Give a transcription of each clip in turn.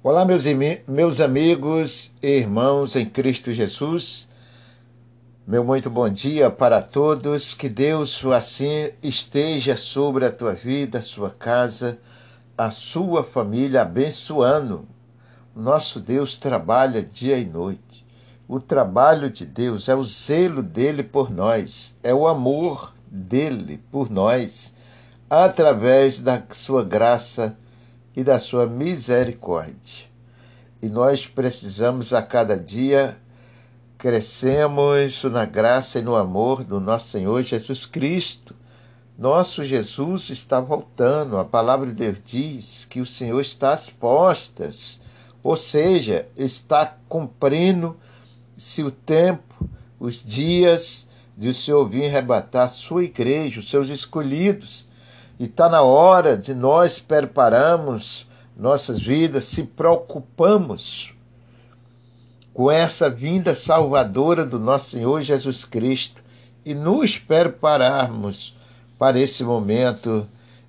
Olá, meus amigos e irmãos em Cristo Jesus. Meu muito bom dia para todos. Que Deus assim esteja sobre a tua vida, a sua casa, a sua família, abençoando. Nosso Deus trabalha dia e noite. O trabalho de Deus é o zelo dele por nós, é o amor dele por nós, através da sua graça e da sua misericórdia. E nós precisamos a cada dia crescemos na graça e no amor do nosso Senhor Jesus Cristo. Nosso Jesus está voltando. A palavra de Deus diz que o Senhor está às portas, ou seja, está cumprindo-se o tempo, os dias de o Senhor vir arrebatar a sua igreja, os seus escolhidos. E está na hora de nós prepararmos nossas vidas, se preocupamos com essa vinda salvadora do nosso Senhor Jesus Cristo e nos prepararmos para esse momento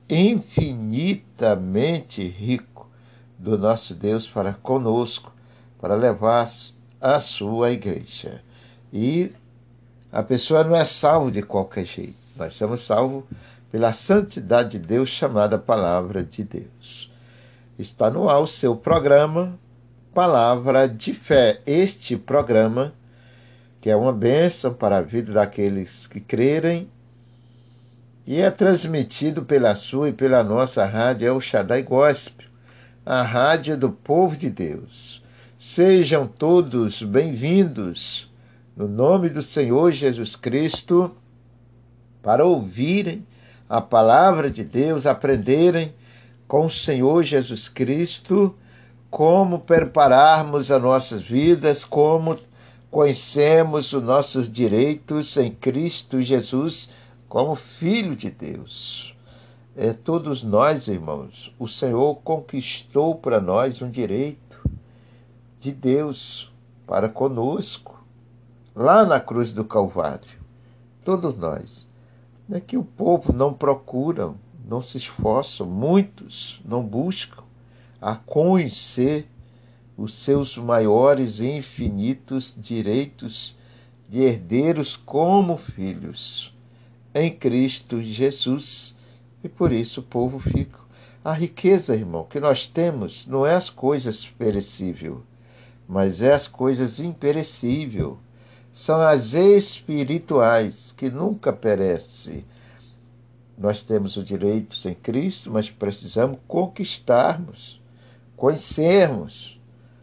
infinitamente rico do nosso Deus para conosco, para levar a sua igreja. E a pessoa não é salva de qualquer jeito. Nós somos salvos pela santidade de Deus, chamada Palavra de Deus. Está no ar o seu programa Palavra de Fé. Este programa, que é uma bênção para a vida daqueles que crerem, e é transmitido pela sua e pela nossa rádio El Shaddai Gospel, a rádio do povo de Deus. Sejam todos bem-vindos, no nome do Senhor Jesus Cristo, para ouvirem a palavra de Deus, aprenderem com o Senhor Jesus Cristo como prepararmos as nossas vidas, como conhecemos os nossos direitos em Cristo Jesus como Filho de Deus. Todos nós, irmãos, o Senhor conquistou para nós um direito de Deus para conosco, lá na cruz do Calvário. Todos nós. É que o povo não procura, não se esforçam, muitos não buscam a conhecer os seus maiores e infinitos direitos de herdeiros como filhos em Cristo Jesus. E por isso o povo fica. A riqueza, irmão, que nós temos não é as coisas perecíveis, mas é as coisas imperecíveis. São as espirituais, que nunca perecem. Nós temos os direitos em Cristo, mas precisamos conquistarmos, conhecermos,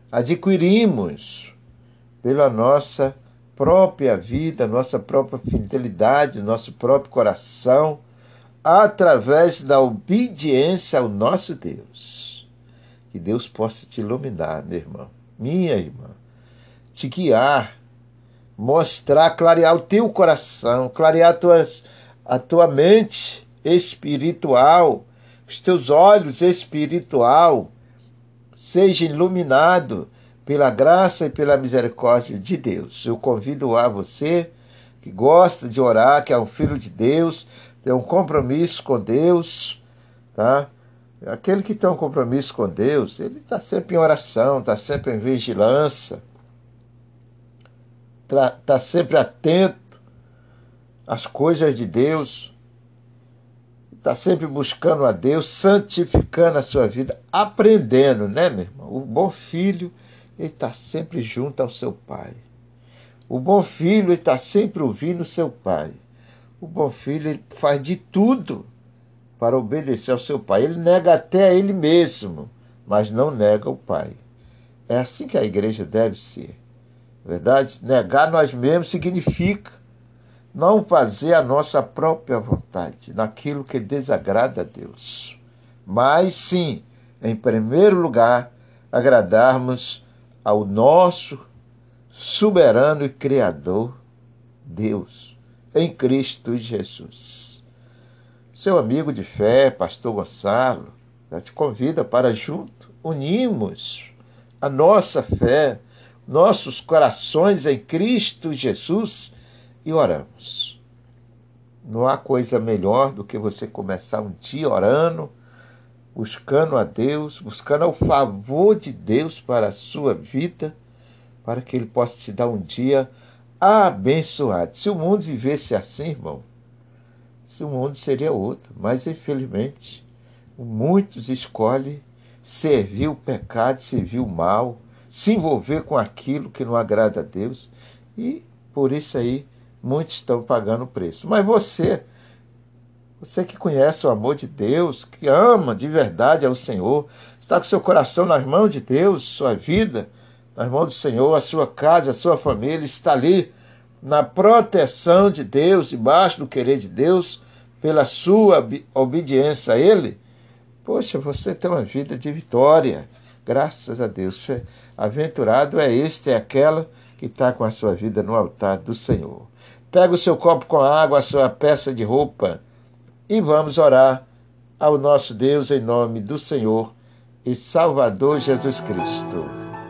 adquirirmos pela nossa própria vida, nossa própria fidelidade, nosso próprio coração, através da obediência ao nosso Deus. Que Deus possa te iluminar, meu irmão, minha irmã, te guiar, mostrar, clarear o teu coração, clarear a tua mente espiritual, os teus olhos espiritual, seja iluminado pela graça e pela misericórdia de Deus. Eu convido a você que gosta de orar, que é um filho de Deus, tem um compromisso com Deus, tá? Aquele que tem um compromisso com Deus, ele está sempre em oração, está sempre em vigilância, está sempre atento às coisas de Deus, está sempre buscando a Deus, santificando a sua vida, aprendendo, né, meu irmão? O bom filho, ele está sempre junto ao seu pai. O bom filho, ele está sempre ouvindo o seu pai. O bom filho, ele faz de tudo para obedecer ao seu pai. Ele nega até a ele mesmo, mas não nega o pai. É assim que a igreja deve ser. Verdade? Negar nós mesmos significa não fazer a nossa própria vontade naquilo que desagrada a Deus. Mas sim, em primeiro lugar, agradarmos ao nosso soberano e criador Deus, em Cristo Jesus. Seu amigo de fé, pastor Gonçalo, já te convida para junto unirmos a nossa fé, nossos corações em Cristo Jesus e oramos. Não há coisa melhor do que você começar um dia orando, buscando a Deus, buscando o favor de Deus para a sua vida, para que Ele possa te dar um dia abençoado. Se o mundo vivesse assim, irmão, o mundo seria outro. Mas, infelizmente, muitos escolhem servir o pecado, servir o mal, se envolver com aquilo que não agrada a Deus. E, por isso aí, muitos estão pagando o preço. Mas você que conhece o amor de Deus, que ama de verdade ao Senhor, está com seu coração nas mãos de Deus, sua vida nas mãos do Senhor, a sua casa, a sua família, está ali na proteção de Deus, debaixo do querer de Deus, pela sua obediência a Ele. Poxa, você tem uma vida de vitória, graças a Deus. Aventurado é aquela que está com a sua vida no altar do Senhor. Pega o seu copo com água, a sua peça de roupa, e vamos orar ao nosso Deus em nome do Senhor e Salvador Jesus Cristo.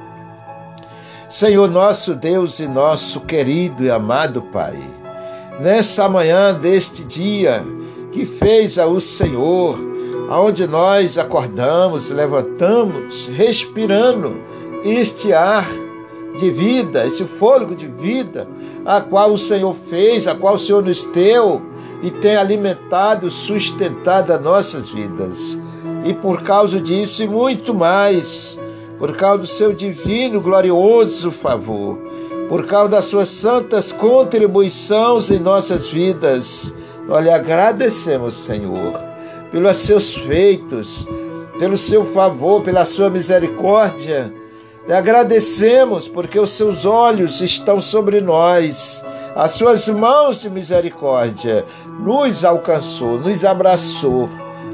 Senhor, nosso Deus e nosso querido e amado Pai, nesta manhã deste dia que fez o Senhor, aonde nós acordamos, levantamos, respirando este ar de vida, esse fôlego de vida, a qual o Senhor fez, a qual o Senhor nos deu e tem alimentado, sustentado as nossas vidas. E por causa disso e muito mais, por causa do seu divino, glorioso favor, por causa das suas santas contribuições em nossas vidas, nós lhe agradecemos, Senhor, pelos seus feitos, pelo seu favor, pela sua misericórdia. Lhe agradecemos porque os seus olhos estão sobre nós, as suas mãos de misericórdia nos alcançou, nos abraçou.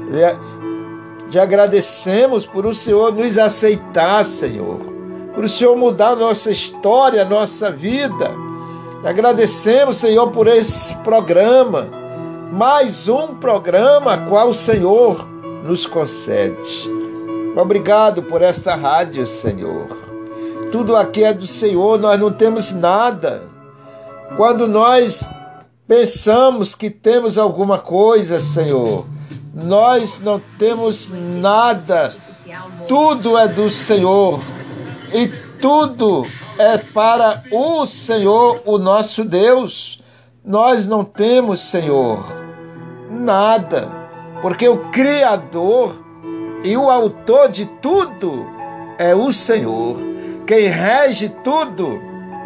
Lhe agradecemos por o Senhor nos aceitar, Senhor, por o Senhor mudar a nossa história, a nossa vida. Lhe agradecemos, Senhor, por esse programa, mais um programa a qual o Senhor nos concede. Obrigado por esta rádio, Senhor. Tudo aqui é do Senhor, nós não temos nada. Quando nós pensamos que temos alguma coisa, Senhor, nós não temos nada. Tudo é do Senhor e tudo é para o Senhor, o nosso Deus. Nós não temos, Senhor, nada, porque o Criador e o autor de tudo é o Senhor. Quem rege tudo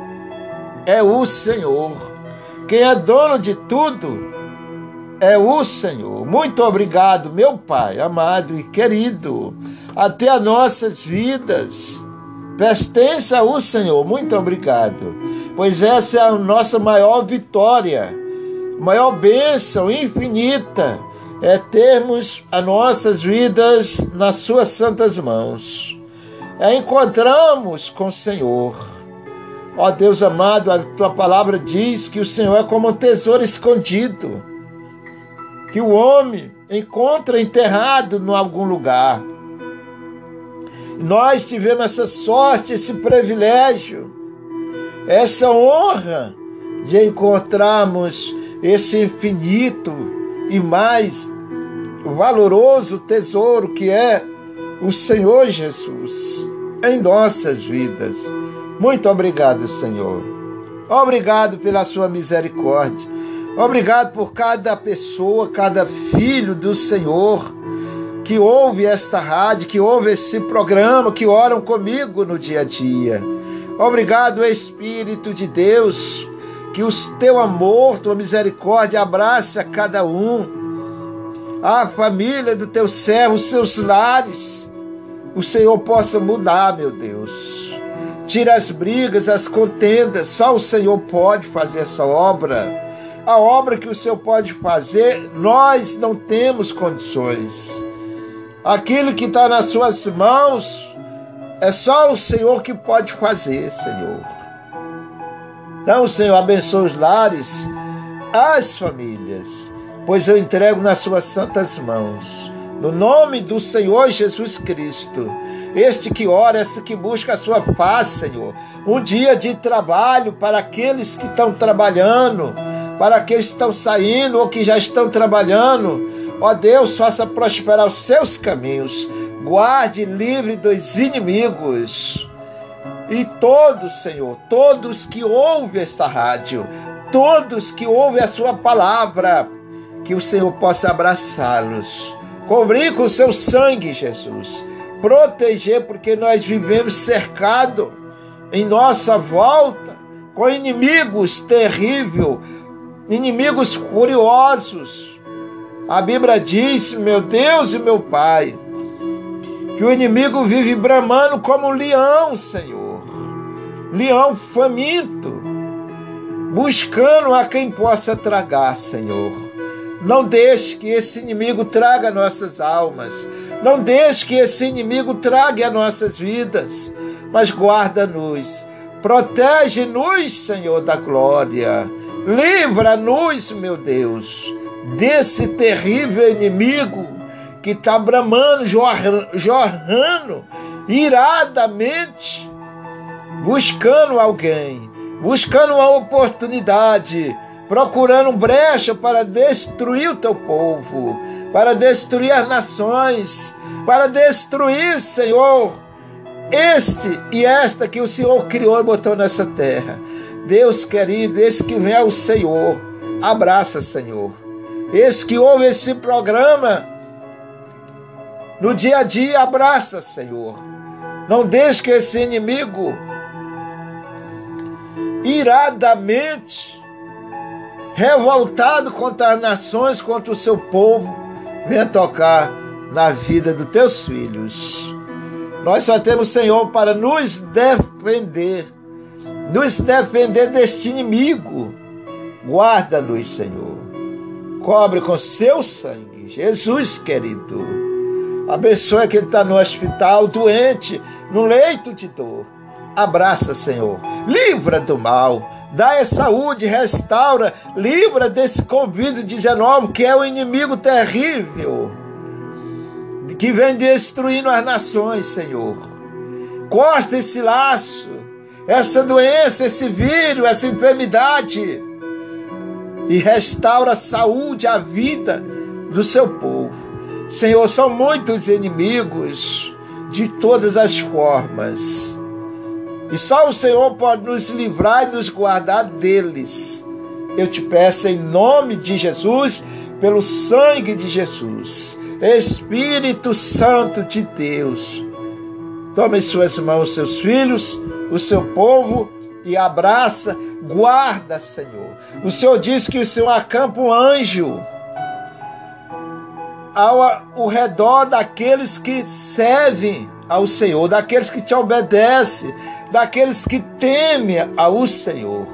é o Senhor. Quem é dono de tudo é o Senhor. Muito obrigado, meu Pai amado e querido. Até as nossas vidas pertence ao Senhor. Muito obrigado, pois essa é a nossa maior vitória, maior bênção infinita, é termos as nossas vidas nas suas santas mãos. Encontramos com o Senhor. Ó Deus amado, a tua palavra diz que o Senhor é como um tesouro escondido, que o homem encontra enterrado em algum lugar. Nós tivemos essa sorte, esse privilégio, essa honra de encontrarmos esse infinito e mais valoroso tesouro que é o Senhor Jesus em nossas vidas. Muito obrigado, Senhor. Obrigado pela sua misericórdia. Obrigado por cada pessoa, cada filho do Senhor que ouve esta rádio, que ouve esse programa, que oram comigo no dia a dia. Obrigado, Espírito de Deus, que o teu amor, tua misericórdia abrace a cada um, a família do teu servo, os seus lares. O Senhor possa mudar, meu Deus. Tira as brigas, as contendas. Só o Senhor pode fazer essa obra. A obra que o Senhor pode fazer, nós não temos condições. Aquilo que está nas suas mãos, é só o Senhor que pode fazer, Senhor. Então, Senhor, abençoe os lares, as famílias, pois eu entrego nas suas santas mãos. No nome do Senhor Jesus Cristo, este que ora, este que busca a sua paz, Senhor. Um dia de trabalho para aqueles que estão trabalhando, para aqueles que estão saindo ou que já estão trabalhando. Ó Deus, faça prosperar os seus caminhos. Guarde e livre dos inimigos. E todos, Senhor, todos que ouvem esta rádio, todos que ouvem a sua palavra, que o Senhor possa abraçá-los, cobrir com o seu sangue, Jesus, proteger, porque nós vivemos cercados em nossa volta com inimigos terríveis, inimigos curiosos. A Bíblia diz, meu Deus e meu Pai, que o inimigo vive bramando como um leão, Senhor. Leão faminto, buscando a quem possa tragar, Senhor. Não deixe que esse inimigo traga nossas almas. Não deixe que esse inimigo trague as nossas vidas. Mas guarda-nos. Protege-nos, Senhor da glória. Livra-nos, meu Deus, desse terrível inimigo que está bramando, jorrando iradamente, buscando alguém, buscando uma oportunidade, procurando brecha para destruir o teu povo, para destruir as nações, para destruir, Senhor, este e esta que o Senhor criou e botou nessa terra. Deus querido, esse que vem ao Senhor, abraça, Senhor. Esse que ouve esse programa no dia a dia, abraça, Senhor. Não deixe que esse inimigo iradamente, revoltado contra as nações, contra o seu povo, venha tocar na vida dos teus filhos. Nós só temos, Senhor, para nos defender deste inimigo. Guarda-nos, Senhor. Cobre com seu sangue. Jesus querido, abençoe quem está no hospital, doente, no leito de dor. Abraça, Senhor. Livra do mal. Dá saúde, restaura. Livra desse Covid-19, que é um inimigo terrível, que vem destruindo as nações, Senhor. Corta esse laço, essa doença, esse vírus, essa enfermidade, e restaura a saúde, a vida do seu povo. Senhor, são muitos inimigos de todas as formas, e só o Senhor pode nos livrar e nos guardar deles. Eu te peço em nome de Jesus, pelo sangue de Jesus. Espírito Santo de Deus, toma em suas mãos seus filhos, o seu povo, e abraça, guarda, Senhor. O Senhor diz que o Senhor acampa um anjo ao redor daqueles que servem ao Senhor, daqueles que te obedecem, daqueles que temem ao Senhor.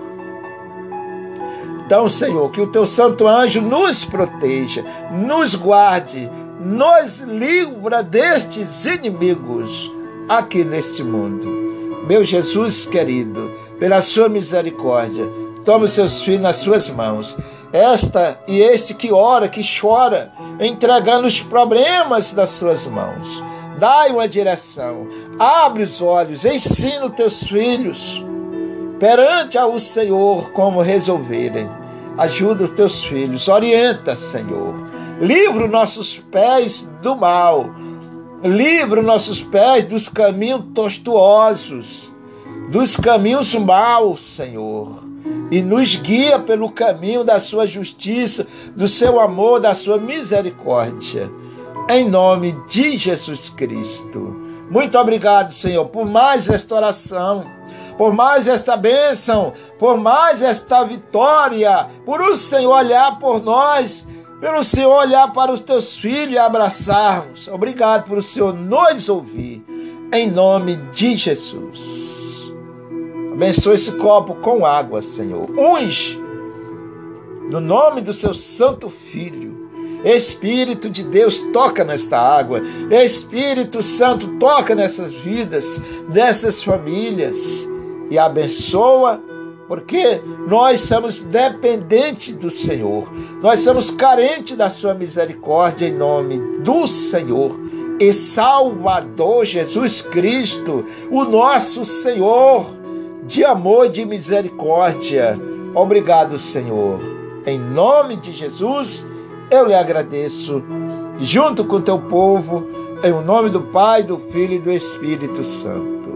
Então, Senhor, que o teu santo anjo nos proteja, nos guarde, nos livra destes inimigos aqui neste mundo. Meu Jesus querido, pela sua misericórdia, toma os seus filhos nas suas mãos. Esta e este que ora, que chora, entregando os problemas nas suas mãos. Dai uma direção, abre os olhos, ensina os teus filhos perante ao Senhor como resolverem. Ajuda os teus filhos, orienta, Senhor. Livra os nossos pés do mal. Livra os nossos pés dos caminhos tortuosos, dos caminhos maus, Senhor. E nos guia pelo caminho da sua justiça, do seu amor, da sua misericórdia. Em nome de Jesus Cristo. Muito obrigado, Senhor, por mais esta oração, por mais esta bênção, por mais esta vitória, por o Senhor olhar por nós, pelo Senhor olhar para os teus filhos e abraçarmos. Obrigado por o Senhor nos ouvir, em nome de Jesus. Abençoe esse copo com água, Senhor. Unge, no nome do seu santo Filho. Espírito de Deus, toca nesta água. Espírito Santo, toca nessas vidas, dessas famílias, e abençoa, porque nós somos dependentes do Senhor. Nós somos carentes da sua misericórdia, em nome do Senhor e Salvador Jesus Cristo, o nosso Senhor de amor e de misericórdia. Obrigado, Senhor. Em nome de Jesus, eu lhe agradeço, junto com teu povo, em nome do Pai, do Filho e do Espírito Santo.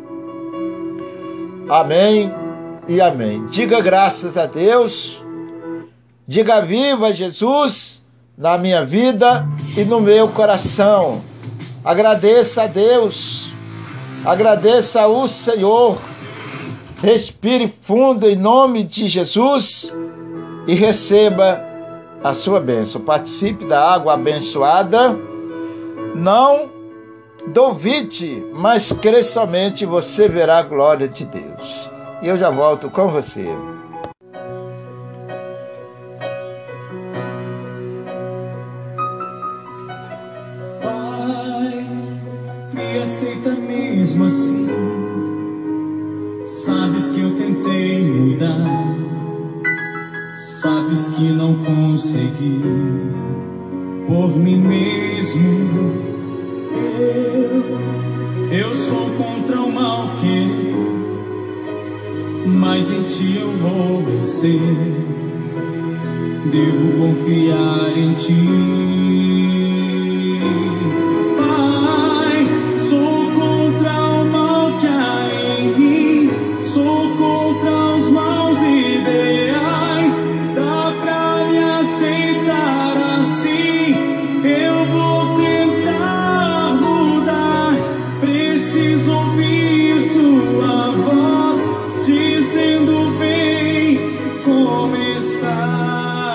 Amém e amém. Diga graças a Deus, diga viva Jesus na minha vida e no meu coração. Agradeça a Deus, agradeça ao Senhor, respire fundo em nome de Jesus e receba a sua bênção. Participe da água abençoada. Não duvide, mas crê somente, você verá a glória de Deus. E eu já volto com você. Pai, me aceita mesmo assim. Sabes que eu tentei mudar, sabes que não consegui por mim mesmo. Eu sou contra o mal querer, mas em ti eu vou vencer. Devo confiar em ti. Pai, sou contra o mal que há em mim, sou contra os maus ideais. Dá pra me aceitar assim? Eu vou tentar mudar. Preciso ouvir tua voz dizendo: vem, como estás?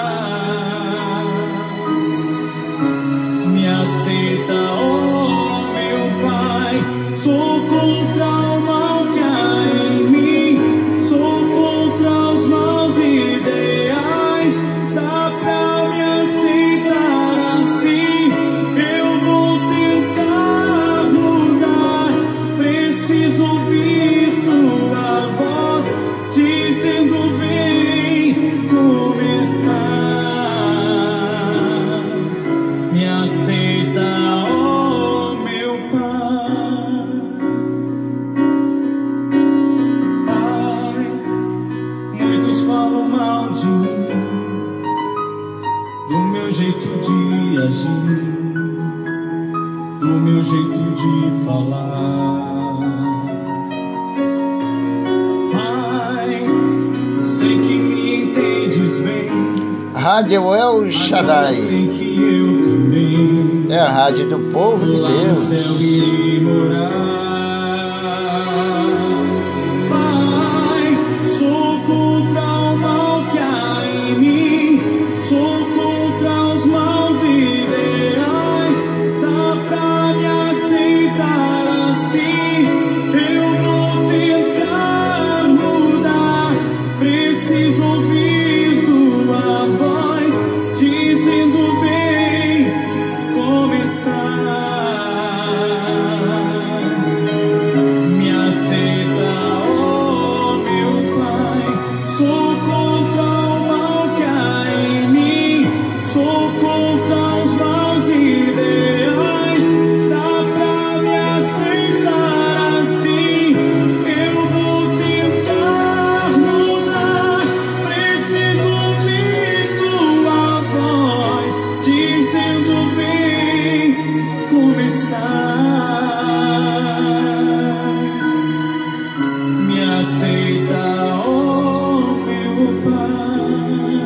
Me aceita, oh meu Pai. Sou contra o mal que há em mim, sou contra os maus ideais. Dá pra me aceitar assim? Eu vou tentar mudar. Preciso ouvir tua voz dizendo: vem, como estás? Me aceita, oh meu Pai. Pai, muitos falam mal de mim, do meu jeito de agir, do meu jeito de falar. Mas sei que me entendes bem. Rádio El Shaddai Sei que eu também é a rádio do povo de lá no céu Deus. irei morar. Pai, sou contra o mal que há em mim, sou contra os maus ideais. Dá pra me aceitar assim? Eu vou tentar mudar. Preciso ouvir tua voz dizendo: vem, como estás? Me aceita, oh meu Pai. Sou contra o mal que há em mim, sou contra os maus ideais. Dá pra me aceitar assim? Eu vou tentar mudar. Preciso ouvir tua voz dizendo: vem, como estás? Me aceita, oh meu Pai.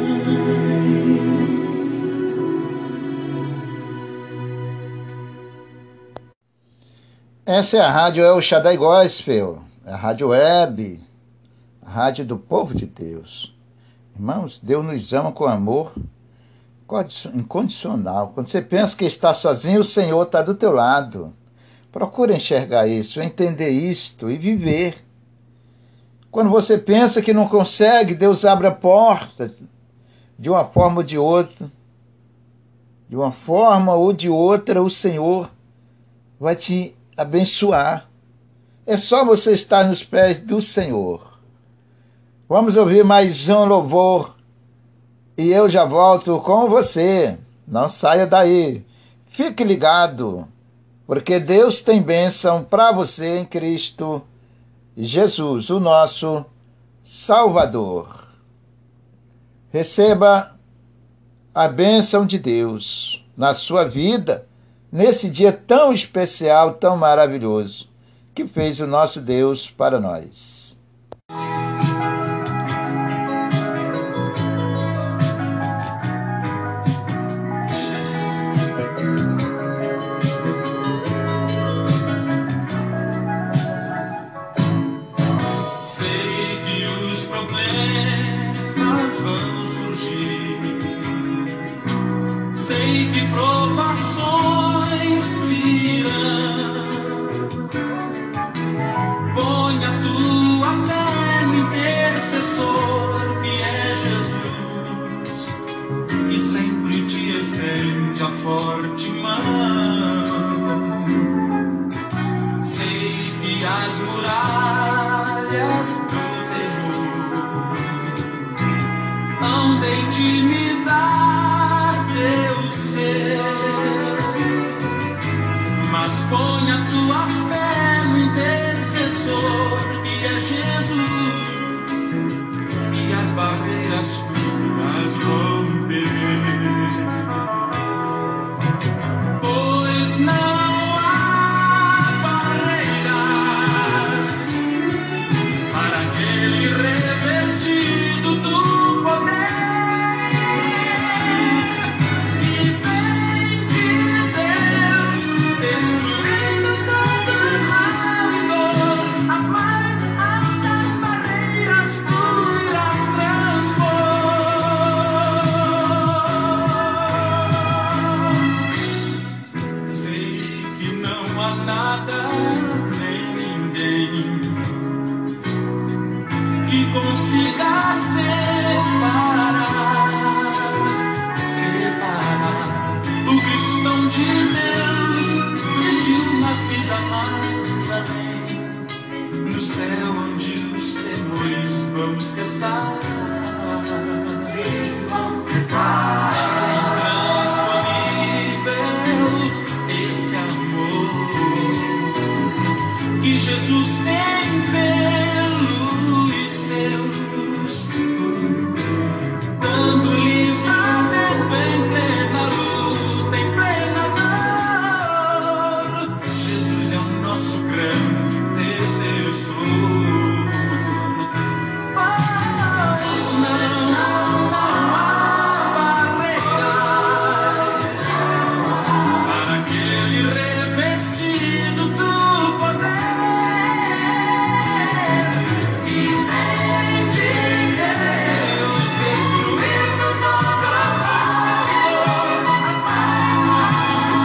Essa é a rádio El Shaddai Gospel, a rádio web, a rádio do povo de Deus. Irmãos, Deus nos ama com amor incondicional. Quando você pensa que está sozinho, o Senhor está do teu lado. Procure enxergar isso, entender isto e viver. Quando você pensa que não consegue, Deus abre a porta de uma forma ou de outra. De uma forma ou de outra, o Senhor vai te abençoar. É só você estar nos pés do Senhor. Vamos ouvir mais um louvor e eu já volto com você. Não saia daí. Fique ligado, porque Deus tem bênção para você em Cristo Jesus, o nosso Salvador. Receba a bênção de Deus na sua vida, nesse dia tão especial, tão maravilhoso, que fez o nosso Deus para nós. Sei que os problemas vão surgir, sei que provações virão. Põe a tua fé no intercessor que é Jesus, que sempre te estende a forte mão. Sei que as muralhas do terror hão de intimidar teu ser, mas põe a tua fé no intercessor que é Jesus, e as barreiras tuas romper. Pois não há barreiras para aquele revestido do poder que vem de Deus, destruindo todo mal e dor. As mais altas barreiras tu irás transpor. Sei que não há nada nem ninguém que consiga separar o cristão de Deus e de uma vida mais além, no céu onde os temores vão cessar. Intransponível esse amor que Jesus tem pelos seus, dando livramento em plena luta, em plena dor. Jesus é o nosso grande intercessor. Pois não há barreiras para aquele revestido do poder que vem de Deus, destruindo todo mal e dor. As mais altas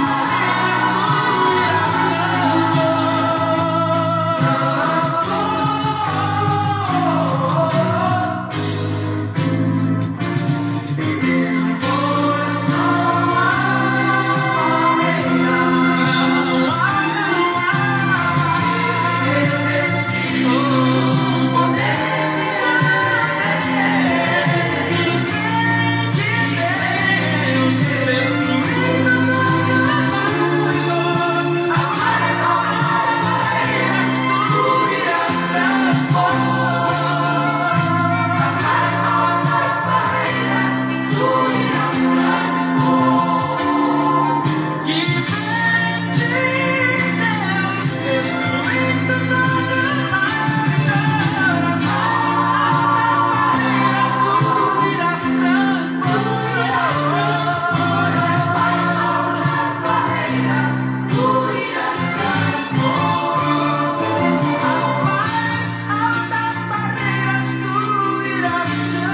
barreiras tu irás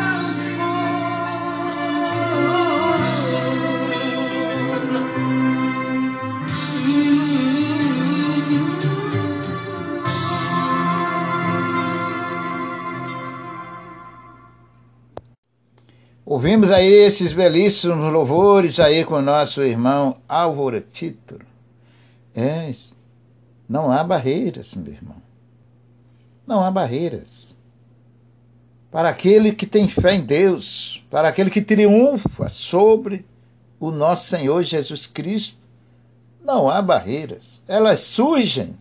Ouvimos aí esses belíssimos louvores aí com o nosso irmão Álvaro Tito. Não há barreiras, meu irmão. Não há barreiras. Para aquele que tem fé em Deus, para aquele que triunfa sobre o nosso Senhor Jesus Cristo, não há barreiras. Elas surgem,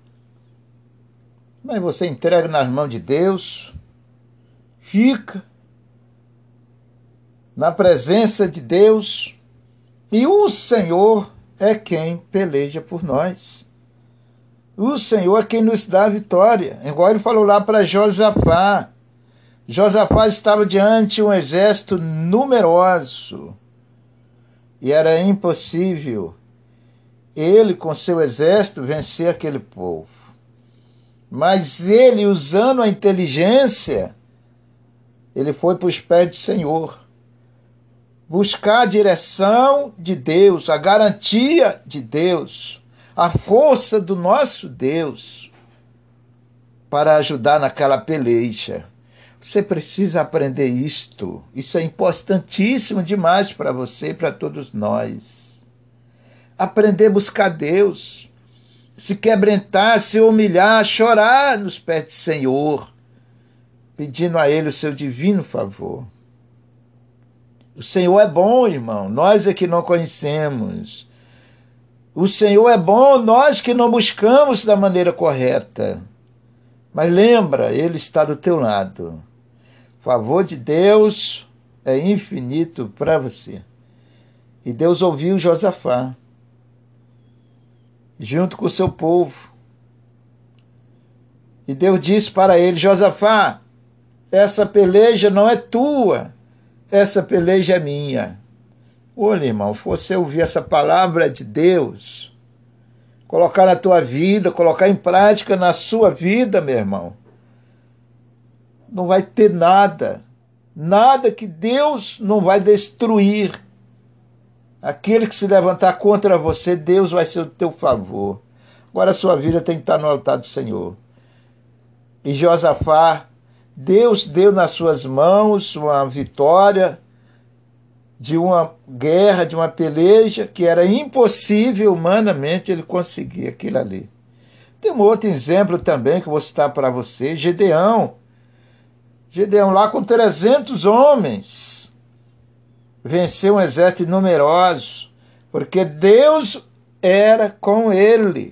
mas você entrega nas mãos de Deus, fica na presença de Deus, e o Senhor é quem peleja por nós. O Senhor é quem nos dá a vitória. Igual ele falou lá para Josafá. Josafá estava diante de um exército numeroso e era impossível ele, com seu exército, vencer aquele povo. Mas ele, usando a inteligência, ele foi para os pés do Senhor, buscar a direção de Deus, a garantia de Deus, a força do nosso Deus para ajudar naquela peleja. Você precisa aprender isto. Isso é importantíssimo demais para você e para todos nós. Aprender a buscar Deus, se quebrantar, se humilhar, chorar nos pés do Senhor, pedindo a Ele o seu divino favor. O Senhor é bom, irmão, nós é que não conhecemos. O Senhor é bom, nós que não buscamos da maneira correta. Mas lembra, Ele está do teu lado. O favor de Deus é infinito para você. E Deus ouviu Josafá, junto com o seu povo. E Deus disse para ele: Josafá, essa peleja não é tua, essa peleja é minha. Olha, irmão, se você ouvir essa palavra de Deus, colocar na tua vida, colocar em prática na sua vida, meu irmão, não vai ter nada que Deus não vai destruir. Aquele que se levantar contra você, Deus vai ser o teu favor. Agora a sua vida tem que estar no altar do Senhor. E Josafá, Deus deu nas suas mãos uma vitória de uma guerra, de uma peleja, que era impossível humanamente ele conseguir aquilo ali. Tem um outro exemplo também que eu vou citar para você, Gedeão. Gedeão lá com 300 homens venceu um exército numeroso, porque Deus era com ele.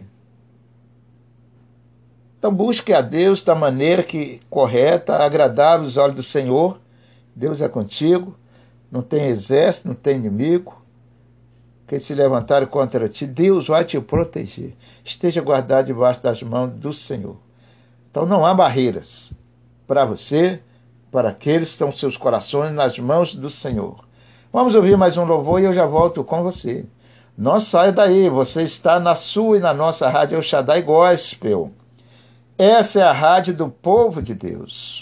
Então busque a Deus da maneira correta, agradável aos olhos do Senhor. Deus é contigo, não tem exército, não tem inimigo. Quem se levantar contra ti, Deus vai te proteger. Esteja guardado debaixo das mãos do Senhor. Então não há barreiras para você, para aqueles que estão seus corações nas mãos do Senhor. Vamos ouvir mais um louvor e eu já volto com você. Não saia daí, você está na sua e na nossa rádio El Shaddai Gospel. Essa é a rádio do povo de Deus.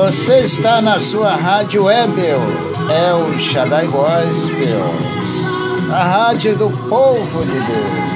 Você está na sua rádio web, é o Shaddai Gospel, a rádio do povo de Deus.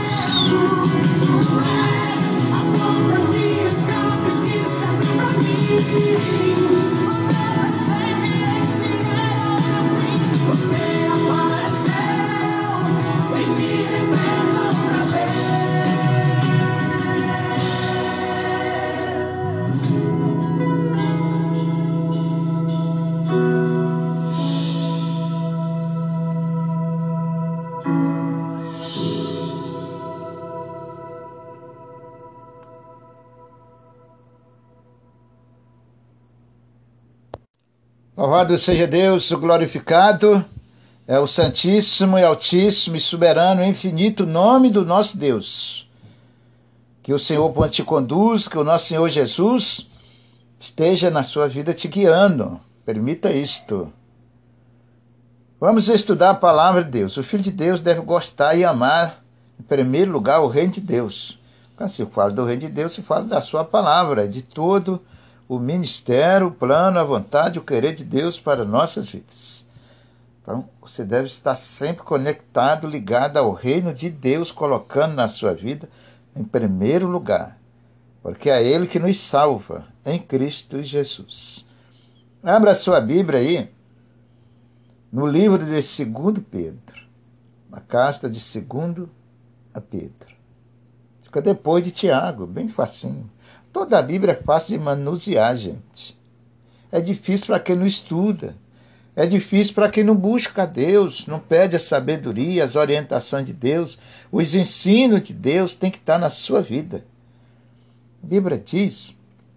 Louvado seja Deus, o glorificado é o Santíssimo e Altíssimo e Soberano e Infinito nome do nosso Deus. Que o Senhor te conduza, que o nosso Senhor Jesus esteja na sua vida te guiando. Permita isto. Vamos estudar a palavra de Deus. O Filho de Deus deve gostar e amar, em primeiro lugar, o Reino de Deus. Quando se fala do Reino de Deus, se fala da sua palavra, de todo o ministério, o plano, a vontade, o querer de Deus para nossas vidas. Então, você deve estar sempre conectado, ligado ao reino de Deus, colocando na sua vida em primeiro lugar, porque é Ele que nos salva, em Cristo Jesus. Abra a sua Bíblia aí, no livro de 2 Pedro, na carta de 2 a Pedro. Fica depois de Tiago, bem facinho. Toda a Bíblia é fácil de manusear, gente. É difícil para quem não estuda. É difícil para quem não busca a Deus, não pede a sabedoria, as orientações de Deus. Os ensinos de Deus têm que estar na sua vida. A Bíblia diz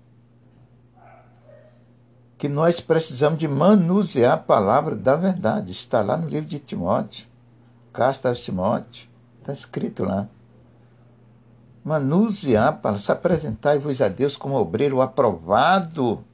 que nós precisamos de manusear a palavra da verdade. Está lá no livro de Timóteo. Carta aos Timóteo. Está escrito lá. Manusear para se apresentar-vos a Deus como obreiro aprovado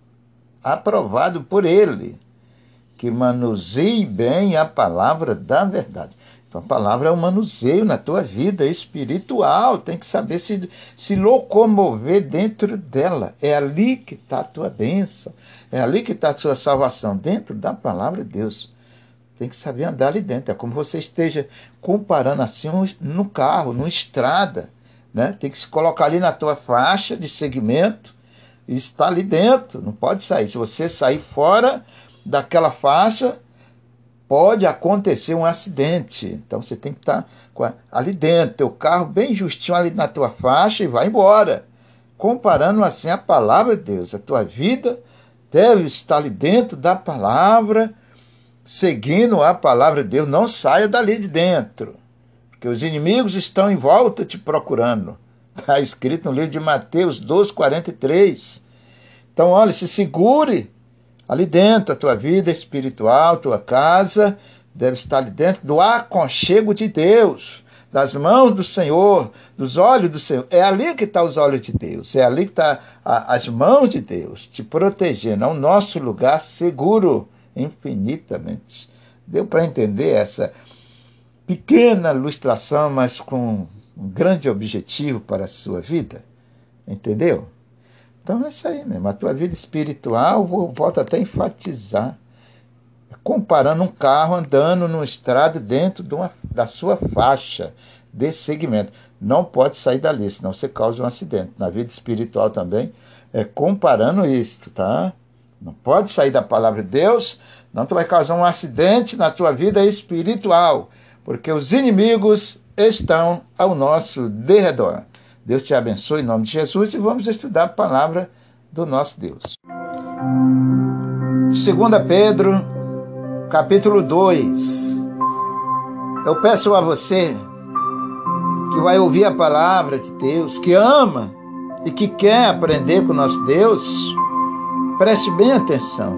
por Ele, que manuseie bem a palavra da verdade. Então a palavra é um manuseio na tua vida espiritual, tem que saber se locomover dentro dela. É ali que está a tua bênção, é ali que está a tua salvação, dentro da palavra de Deus. Tem que saber andar ali dentro. É como você esteja comparando assim no carro, numa estrada. Né? Tem que se colocar ali na tua faixa de segmento e estar ali dentro, não pode sair. Se você sair fora daquela faixa, pode acontecer um acidente. Então você tem que estar ali dentro, teu carro bem justinho ali na tua faixa e vai embora. Comparando assim a palavra de Deus, a tua vida deve estar ali dentro da palavra, seguindo a palavra de Deus, não saia dali de dentro. Porque os inimigos estão em volta te procurando. Está escrito no livro de Mateus 12:43. Então, olha, se segure ali dentro. A tua vida espiritual, tua casa, deve estar ali dentro do aconchego de Deus, das mãos do Senhor, dos olhos do Senhor. É ali que estão os olhos de Deus. É ali que estão as mãos de Deus, te protegendo. É o nosso lugar seguro, infinitamente. Deu para entender essa pequena ilustração, mas com um grande objetivo para a sua vida? Entendeu? Então é isso aí mesmo. A tua vida espiritual, volto até a enfatizar, comparando um carro andando numa estrada dentro da sua faixa de segmento. Não pode sair dali, senão você causa um acidente. Na vida espiritual também, comparando isso, tá? Não pode sair da palavra de Deus, não tu vai causar um acidente na tua vida espiritual, porque os inimigos estão ao nosso derredor. Deus te abençoe em nome de Jesus e vamos estudar a palavra do nosso Deus. 2 Pedro, capítulo 2. Eu peço a você que vai ouvir a palavra de Deus, que ama e que quer aprender com o nosso Deus, preste bem atenção.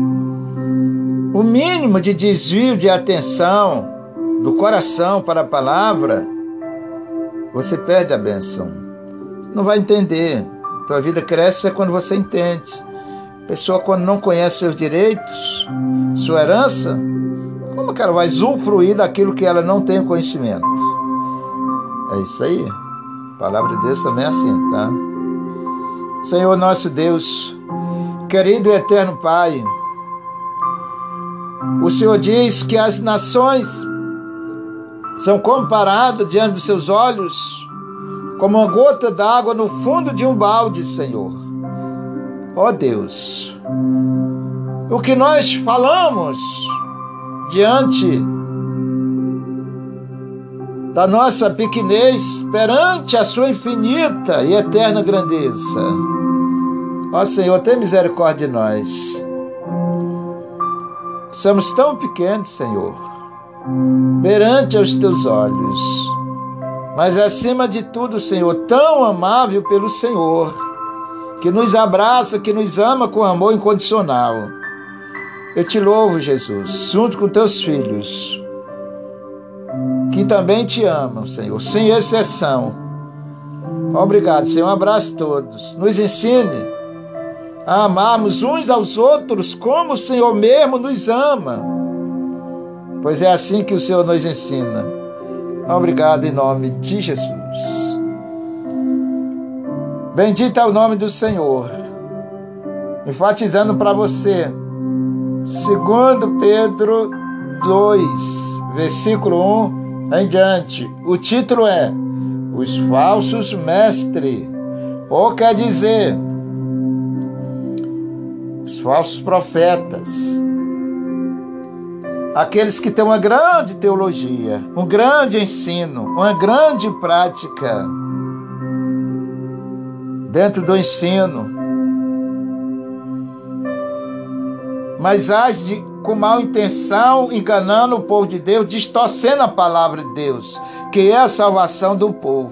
O mínimo de desvio de atenção do coração para a palavra, você perde a bênção. Você não vai entender. Tua vida cresce quando você entende. A pessoa, quando não conhece seus direitos, sua herança, como que ela vai usufruir daquilo que ela não tem conhecimento? É isso aí. A palavra de Deus também é assim, tá? Senhor nosso Deus, querido e eterno Pai, o Senhor diz que as nações são comparadas diante dos seus olhos como uma gota d'água no fundo de um balde, Senhor. Ó Deus, o que nós falamos diante da nossa pequenez perante a sua infinita e eterna grandeza. Ó Senhor, tem misericórdia de nós. Somos tão pequenos, Senhor, perante aos teus olhos, mas acima de tudo, Senhor, tão amável pelo Senhor, que nos abraça, que nos ama com amor incondicional. Eu te louvo, Jesus, junto com teus filhos, que também te amam, Senhor, sem exceção. Obrigado, Senhor. Um abraço a todos. Nos ensine a amarmos uns aos outros como o Senhor mesmo nos ama, pois é assim que o Senhor nos ensina. Obrigado em nome de Jesus. Bendito é o nome do Senhor. Enfatizando para você, 2 Pedro 2, versículo 1 em diante. O título é Os Falsos Mestres, ou quer dizer, os falsos profetas, aqueles que têm uma grande teologia, um grande ensino, uma grande prática dentro do ensino, mas age com má intenção, enganando o povo de Deus, distorcendo a palavra de Deus, que é a salvação do povo.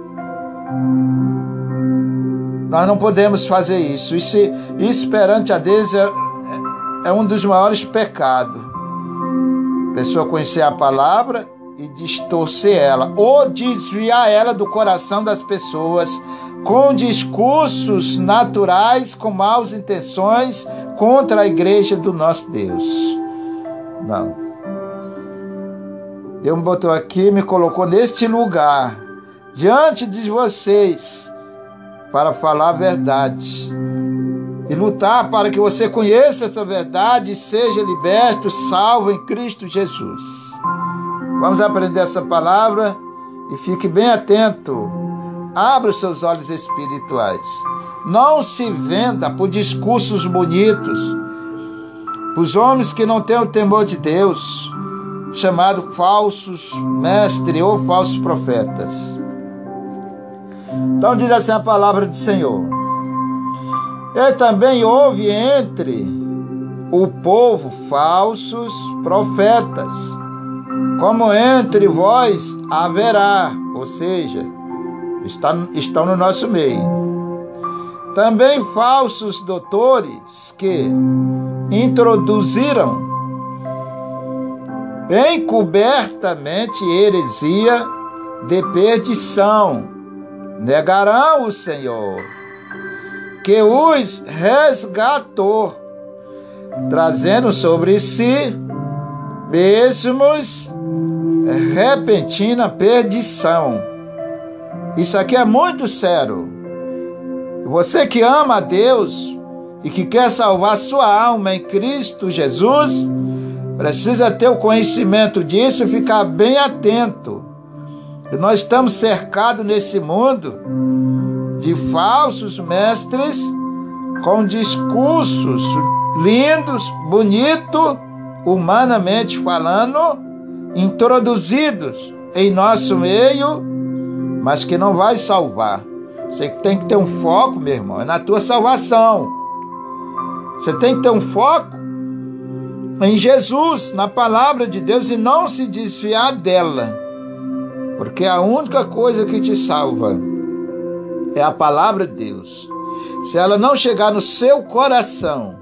Nós não podemos fazer isso. Isso perante a Deus é um dos maiores pecados. A pessoa conhecer a palavra e distorcer ela, ou desviar ela do coração das pessoas com discursos naturais, com maus intenções contra a igreja do nosso Deus. Não. Deus me botou aqui, me colocou neste lugar, diante de vocês, para falar a verdade e lutar para que você conheça essa verdade e seja liberto, salvo em Cristo Jesus. Vamos aprender essa palavra e fique bem atento. Abra os seus olhos espirituais. Não se venda por discursos bonitos, por os homens que não têm o temor de Deus, chamados falsos mestres ou falsos profetas. Então diz assim a palavra do Senhor: e também houve entre o povo falsos profetas, como entre vós haverá, ou seja, estão no nosso meio. Também falsos doutores que introduziram encobertamente heresia de perdição, negarão o Senhor, que os resgatou, trazendo sobre si mesmos repentina perdição. Isso aqui é muito sério. Você que ama a Deus e que quer salvar sua alma em Cristo Jesus, precisa ter o conhecimento disso e ficar bem atento. Nós estamos cercados nesse mundo de falsos mestres com discursos lindos, bonitos, humanamente falando, introduzidos em nosso meio, mas que não vai salvar. Você tem que ter um foco, meu irmão, é na tua salvação. Você tem que ter um foco em Jesus, na palavra de Deus, e não se desviar dela. Porque a única coisa que te salva é a palavra de Deus. Se ela não chegar no seu coração,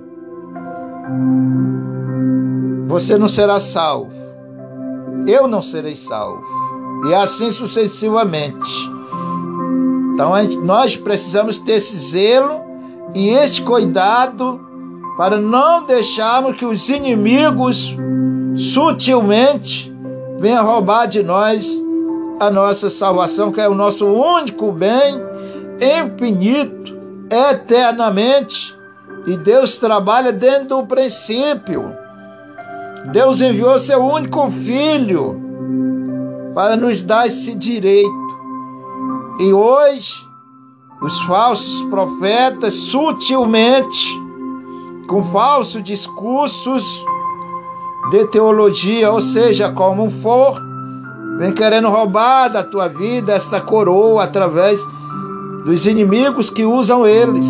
você não será salvo. Eu não serei salvo. E assim sucessivamente. Então nós precisamos ter esse zelo e este cuidado para não deixarmos que os inimigos sutilmente venham roubar de nós a nossa salvação, que é o nosso único bem infinito, eternamente E Deus trabalha dentro do princípio. Deus enviou seu único Filho para nos dar esse direito. E hoje, os falsos profetas, sutilmente, com falsos discursos de teologia, ou seja, como for, vem querendo roubar da tua vida esta coroa através dos inimigos que usam eles.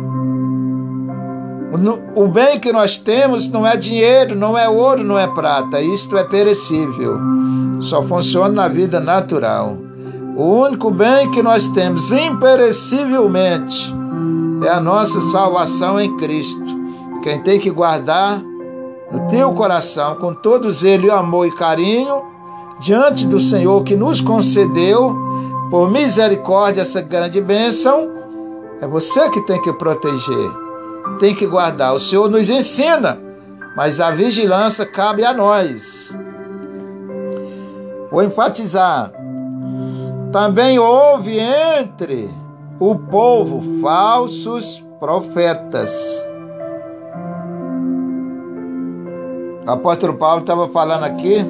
O bem que nós temos não é dinheiro, não é ouro, não é prata. Isto é perecível. Só funciona na vida natural. O único bem que nós temos imperecivelmente é a nossa salvação em Cristo. Quem tem que guardar no teu coração, com todo zelo e amor e carinho, diante do Senhor que nos concedeu, por misericórdia, essa grande bênção, é você que tem que proteger, tem que guardar. O Senhor nos ensina, mas a vigilância cabe a nós. Vou enfatizar. Também houve entre o povo falsos profetas. O apóstolo Paulo estava falando aqui,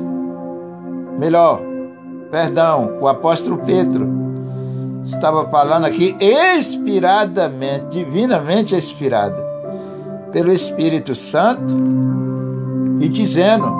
o apóstolo Pedro estava falando aqui inspiradamente, divinamente inspirado pelo Espírito Santo e dizendo: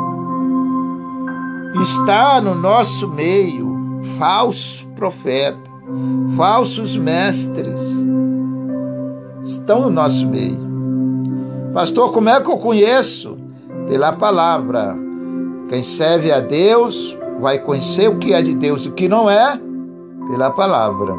está no nosso meio falso profeta, falsos mestres, estão no nosso meio. Pastor, como é que eu conheço? Pela palavra. Quem serve a Deus vai conhecer o que é de Deus e o que não é, pela palavra.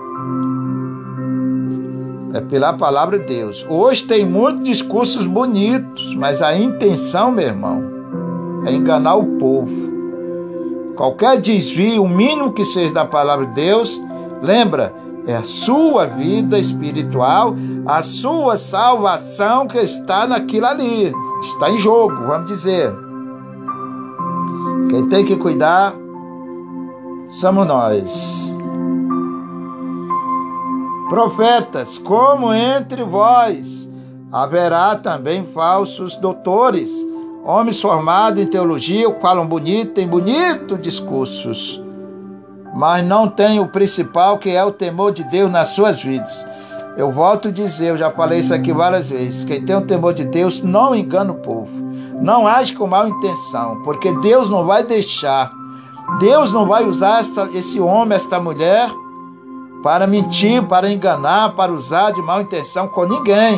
É pela palavra de Deus. Hoje tem muitos discursos bonitos, mas a intenção, meu irmão, é enganar o povo. Qualquer desvio, o mínimo que seja da palavra de Deus, lembra, é a sua vida espiritual, a sua salvação que está naquilo ali. Está em jogo, vamos dizer. Quem tem que cuidar somos nós. Profetas, como entre vós haverá também falsos doutores, homens formados em teologia, falam bonito, têm bonitos discursos, mas não têm o principal, que é o temor de Deus nas suas vidas. Eu volto a dizer, eu já falei isso aqui várias vezes, quem tem o temor de Deus não engana o povo, não age com má intenção, porque Deus não vai deixar, Deus não vai usar esse homem, esta mulher, para mentir, para enganar, para usar de má intenção com ninguém.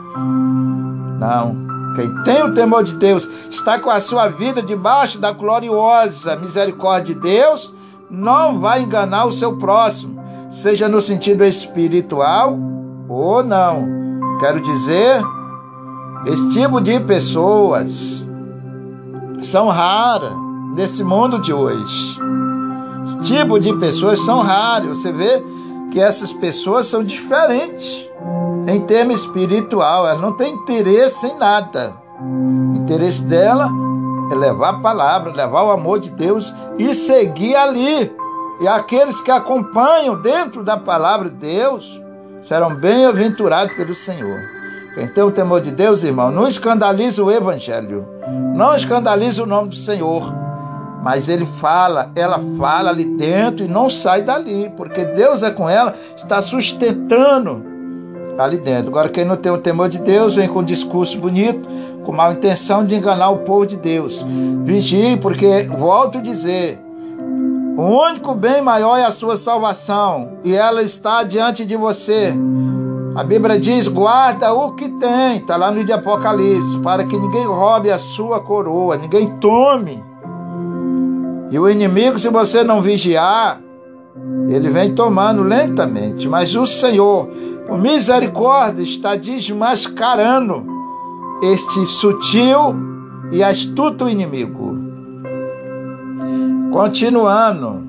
Não. Quem tem o temor de Deus, está com a sua vida debaixo da gloriosa misericórdia de Deus, não vai enganar o seu próximo, seja no sentido espiritual ou não. Quero dizer, esse tipo de pessoas são raras nesse mundo de hoje. Esse tipo de pessoas são raras. Você vê que essas pessoas são diferentes em termo espiritual. Elas não têm interesse em nada. O interesse dela é levar a palavra, levar o amor de Deus e seguir ali. E aqueles que acompanham dentro da palavra de Deus serão bem-aventurados pelo Senhor. Quem tem o temor de Deus, irmão, não escandaliza o Evangelho, não escandaliza o nome do Senhor, mas ela fala ali dentro e não sai dali, porque Deus é com ela, está sustentando ali dentro. Agora, quem não tem o temor de Deus, vem com um discurso bonito, com má intenção de enganar o povo de Deus. Vigie, porque, volto a dizer, o único bem maior é a sua salvação, e ela está diante de você. A Bíblia diz, guarda o que tem, está lá no livro de Apocalipse, para que ninguém roube a sua coroa, ninguém tome. E o inimigo, se você não vigiar, ele vem tomando lentamente, mas o Senhor, por misericórdia, está desmascarando este sutil e astuto inimigo. Continuando,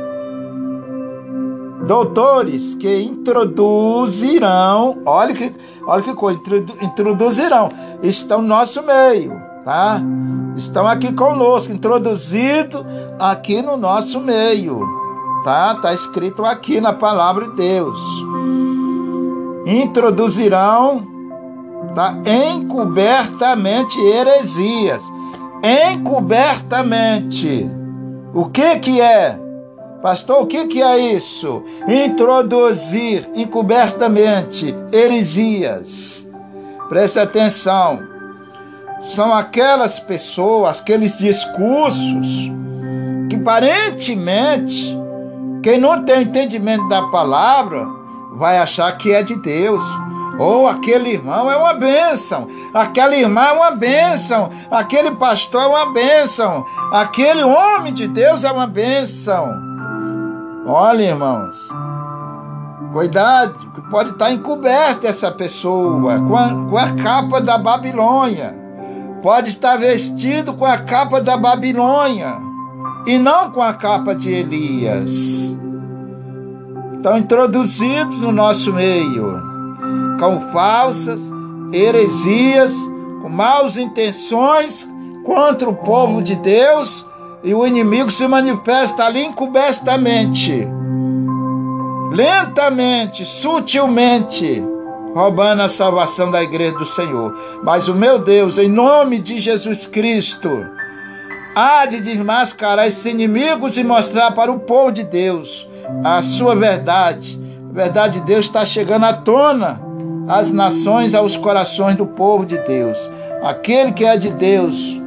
doutores que introduzirão, olha que coisa, introduzirão, estão no nosso meio, tá? Estão aqui conosco, introduzidos aqui no nosso meio, tá? Está escrito aqui na palavra de Deus. Introduzirão Tá? Encobertamente heresias. Encobertamente. O que é? Pastor, o que é isso? Introduzir encobertamente heresias. Preste atenção. São aquelas pessoas, aqueles discursos que aparentemente quem não tem entendimento da palavra vai achar que é de Deus. Ou aquele irmão é uma bênção, aquela irmã é uma bênção, aquele pastor é uma bênção, aquele homem de Deus é uma bênção. Olha, irmãos, cuidado, que pode estar encoberta essa pessoa com a capa da Babilônia. Pode estar vestido com a capa da Babilônia e não com a capa de Elias. Estão introduzidos no nosso meio com falsas heresias, com maus intenções contra o povo de Deus, e o inimigo se manifesta ali encobertamente, lentamente, sutilmente, roubando a salvação da igreja do Senhor. Mas o meu Deus, em nome de Jesus Cristo, há de desmascarar esses inimigos e mostrar para o povo de Deus a sua verdade. A verdade de Deus está chegando à tona às nações, aos corações do povo de Deus. Aquele que é de Deus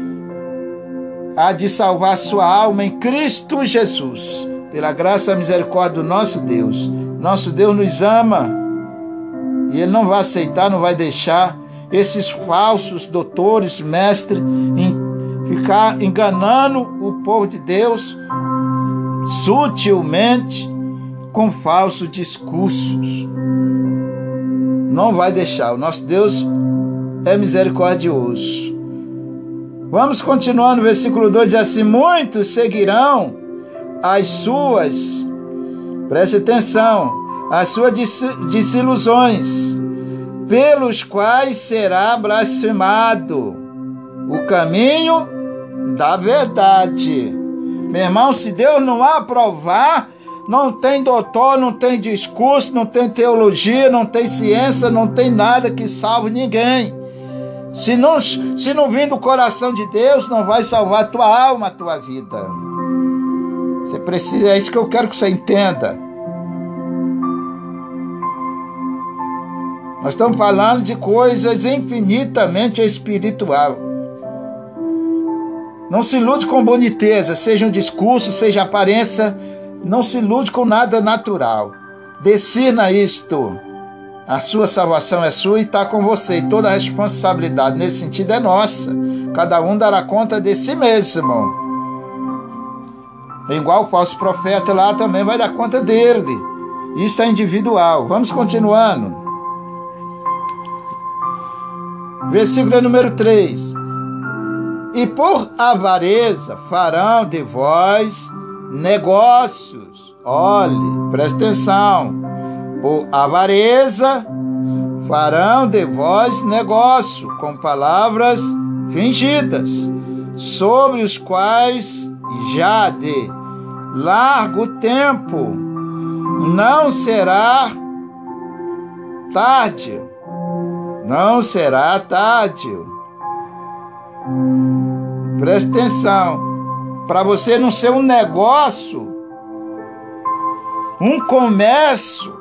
há de salvar sua alma em Cristo Jesus, pela graça e misericórdia do nosso Deus. Nosso Deus nos ama e Ele não vai aceitar, não vai deixar esses falsos doutores, mestres, ficar enganando o povo de Deus sutilmente com falsos discursos. Não vai deixar. O nosso Deus é misericordioso. Vamos continuar no versículo 2, diz assim: muitos seguirão as suas, preste atenção, as suas desilusões, pelos quais será blasfemado o caminho da verdade. Meu irmão, se Deus não aprovar, não tem doutor, não tem discurso, não tem teologia, não tem ciência, não tem nada que salve ninguém. Se não vir do coração de Deus, não vai salvar a tua alma, a tua vida. Você precisa, é isso que eu quero que você entenda. Nós estamos falando de coisas infinitamente espiritual. Não se ilude com boniteza, seja um discurso, seja aparência. Não se ilude com nada natural. Decina isto. A sua salvação é sua e está com você. E toda a responsabilidade nesse sentido é nossa. Cada um dará conta de si mesmo. Igual o falso profeta lá também vai dar conta dele. Isso é individual. Vamos continuando. Versículo número 3. E por avareza farão de vós negócios. Olhe, presta atenção. Por avareza farão de vós negócio com palavras fingidas, sobre os quais já de largo tempo não será tarde. Não será tarde. Presta atenção. Para você não ser um negócio, um comércio,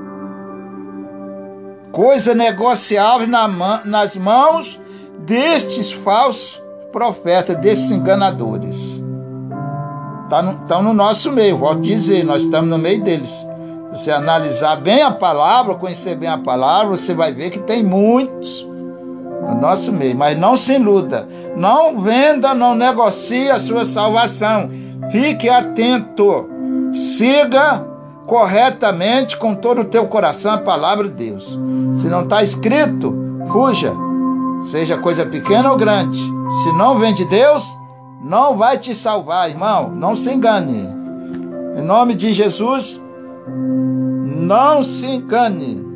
coisa negociável nas mãos destes falsos profetas, desses enganadores. Estão no nosso meio, volto a dizer, nós estamos no meio deles. Se você analisar bem a palavra, conhecer bem a palavra, você vai ver que tem muitos no nosso meio. Mas não se iluda, não venda, não negocie a sua salvação. Fique atento, siga corretamente com todo o teu coração a palavra de Deus. Se não está escrito, fuja, seja coisa pequena ou grande. Se não vem de Deus, não vai te salvar, irmão. Não se engane. Em nome de Jesus, não se engane.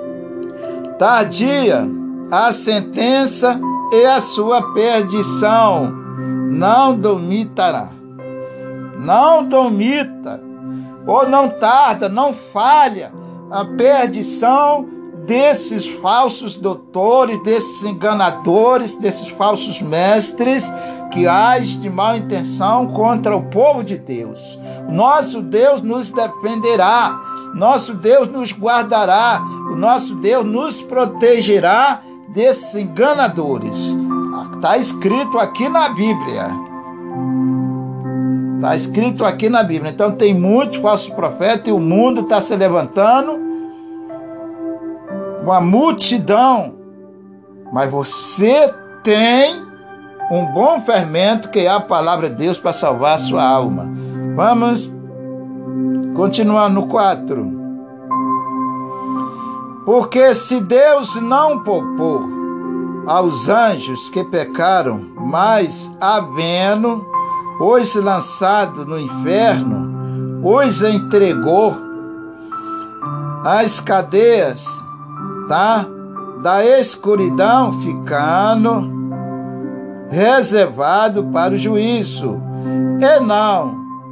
Tardia a sentença e a sua perdição não dormitará. Não dormita, ou não tarda, não falha a perdição desses falsos doutores, desses enganadores, desses falsos mestres que agem de má intenção contra o povo de Deus. Nosso Deus nos defenderá, nosso Deus nos guardará, o nosso Deus nos protegerá desses enganadores. Está escrito aqui na Bíblia. Está escrito aqui na Bíblia. Então tem muitos falsos profetas e o mundo está se levantando, uma multidão. Mas você tem um bom fermento, que é a palavra de Deus, para salvar a sua alma. Vamos continuar no 4. Porque se Deus não poupou aos anjos que pecaram, mas havendo os lançado no inferno, os entregou às cadeias, tá? Da escuridão, ficando reservado para o juízo. E não,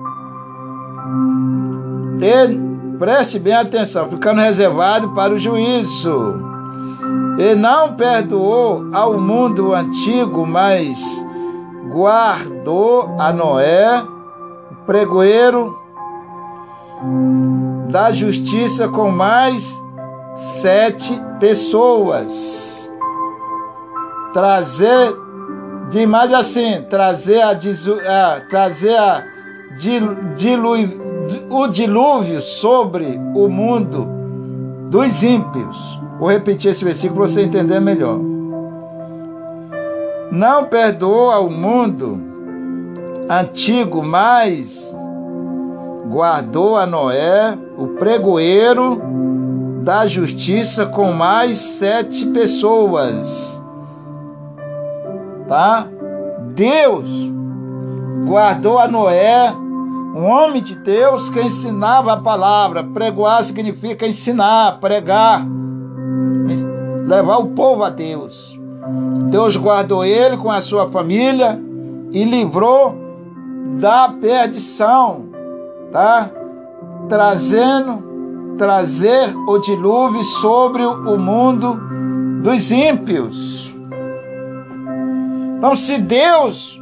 preste bem atenção, ficando reservado para o juízo. E não perdoou ao mundo antigo, mas guardou a Noé, o pregoeiro da justiça, com mais 7 pessoas. O dilúvio sobre o mundo dos ímpios. Vou repetir esse versículo para você entender melhor. Não perdoou ao mundo antigo, mas guardou a Noé, o pregoeiro da justiça, com mais 7 pessoas. Tá? Deus guardou a Noé, um homem de Deus que ensinava a palavra. Pregoar significa ensinar, pregar, levar o povo a Deus. Deus guardou ele com a sua família e livrou da perdição, tá? Trazer o dilúvio sobre o mundo dos ímpios. Então, se Deus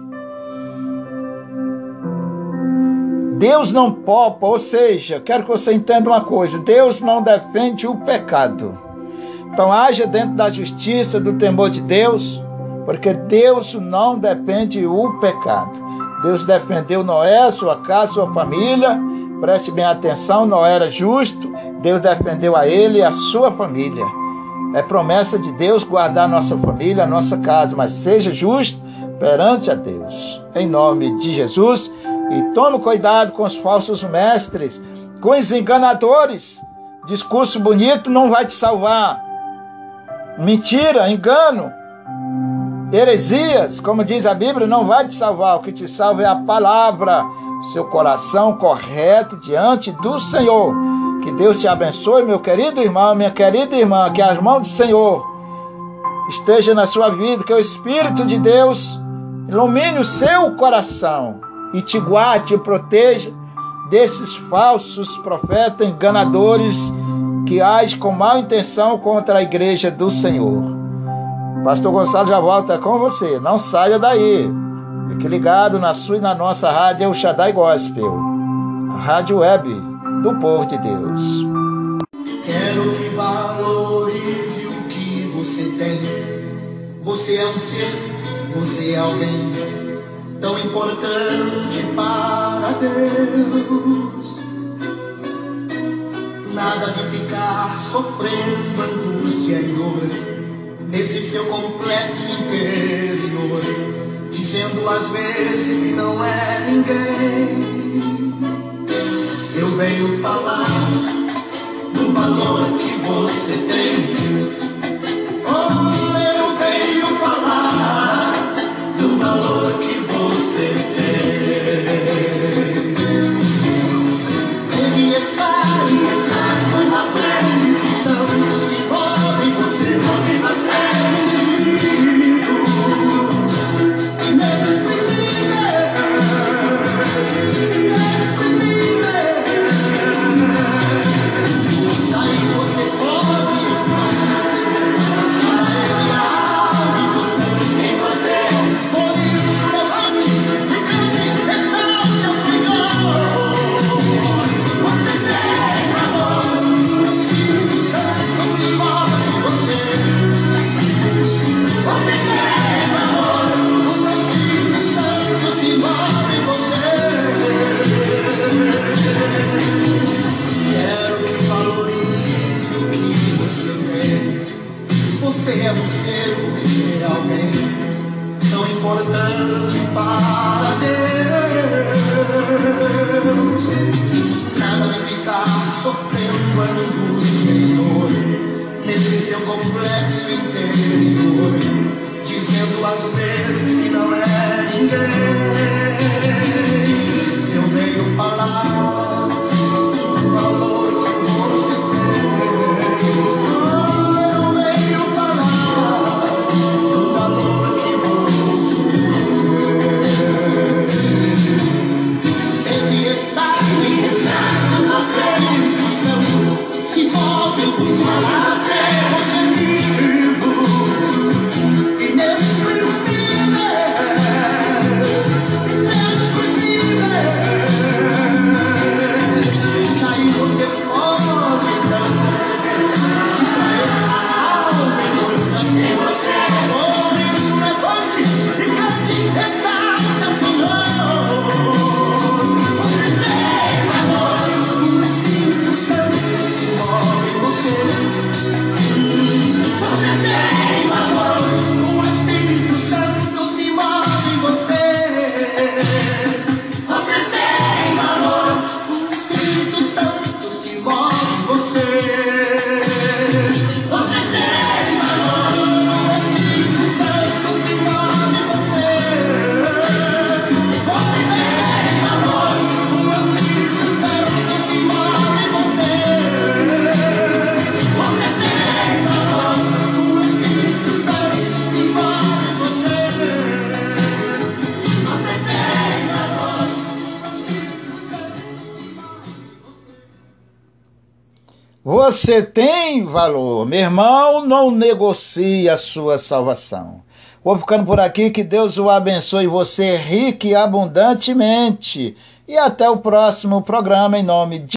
não poupa, ou seja, quero que você entenda uma coisa: Deus não defende o pecado. Então, haja dentro da justiça, do temor de Deus, porque Deus não defende o pecado. Deus defendeu Noé, sua casa, sua família. Preste bem atenção, Noé era justo, Deus defendeu a ele e a sua família. É promessa de Deus guardar a nossa família, a nossa casa, mas seja justo perante a Deus. Em nome de Jesus. E tome cuidado com os falsos mestres, com os enganadores. Discurso bonito não vai te salvar. Mentira, engano, heresias, como diz a Bíblia, não vai te salvar. O que te salva é a palavra, seu coração correto diante do Senhor. Que Deus te abençoe, meu querido irmão, minha querida irmã. Que as mãos do Senhor esteja na sua vida, que o Espírito de Deus ilumine o seu coração e te guarde, te proteja desses falsos profetas enganadores que agem com má intenção contra a igreja do Senhor. Pastor Gonçalo já volta com você. Não saia daí. Fique ligado na sua e na nossa rádio El Shaddai Gospel, a rádio web do povo de Deus. Quero que valorize o que você tem. Você é um ser, você é alguém tão importante para Deus. Nada de ficar sofrendo angústia e dor nesse seu complexo inferior, dizendo às vezes que não é ninguém. Eu venho falar do valor que você tem. Oh, eu venho falar do valor que você tem. Ele está na frente do santo, se move, você move na frente. E nesse primeiro quero ser você alguém tão importante para Deus. Nada de ficar sofrendo angústia e dor nesse seu complexo interior, dizendo às vezes que não é ninguém. Eu venho falar do valor que você tem. Eu venho falar do valor que você tem. Ele está na frente do céu, se move o céu na frente comigo. Você tem valor. Meu irmão, não negocie a sua salvação. Vou ficando por aqui, que Deus o abençoe, você rico e abundantemente. E até o próximo programa, em nome de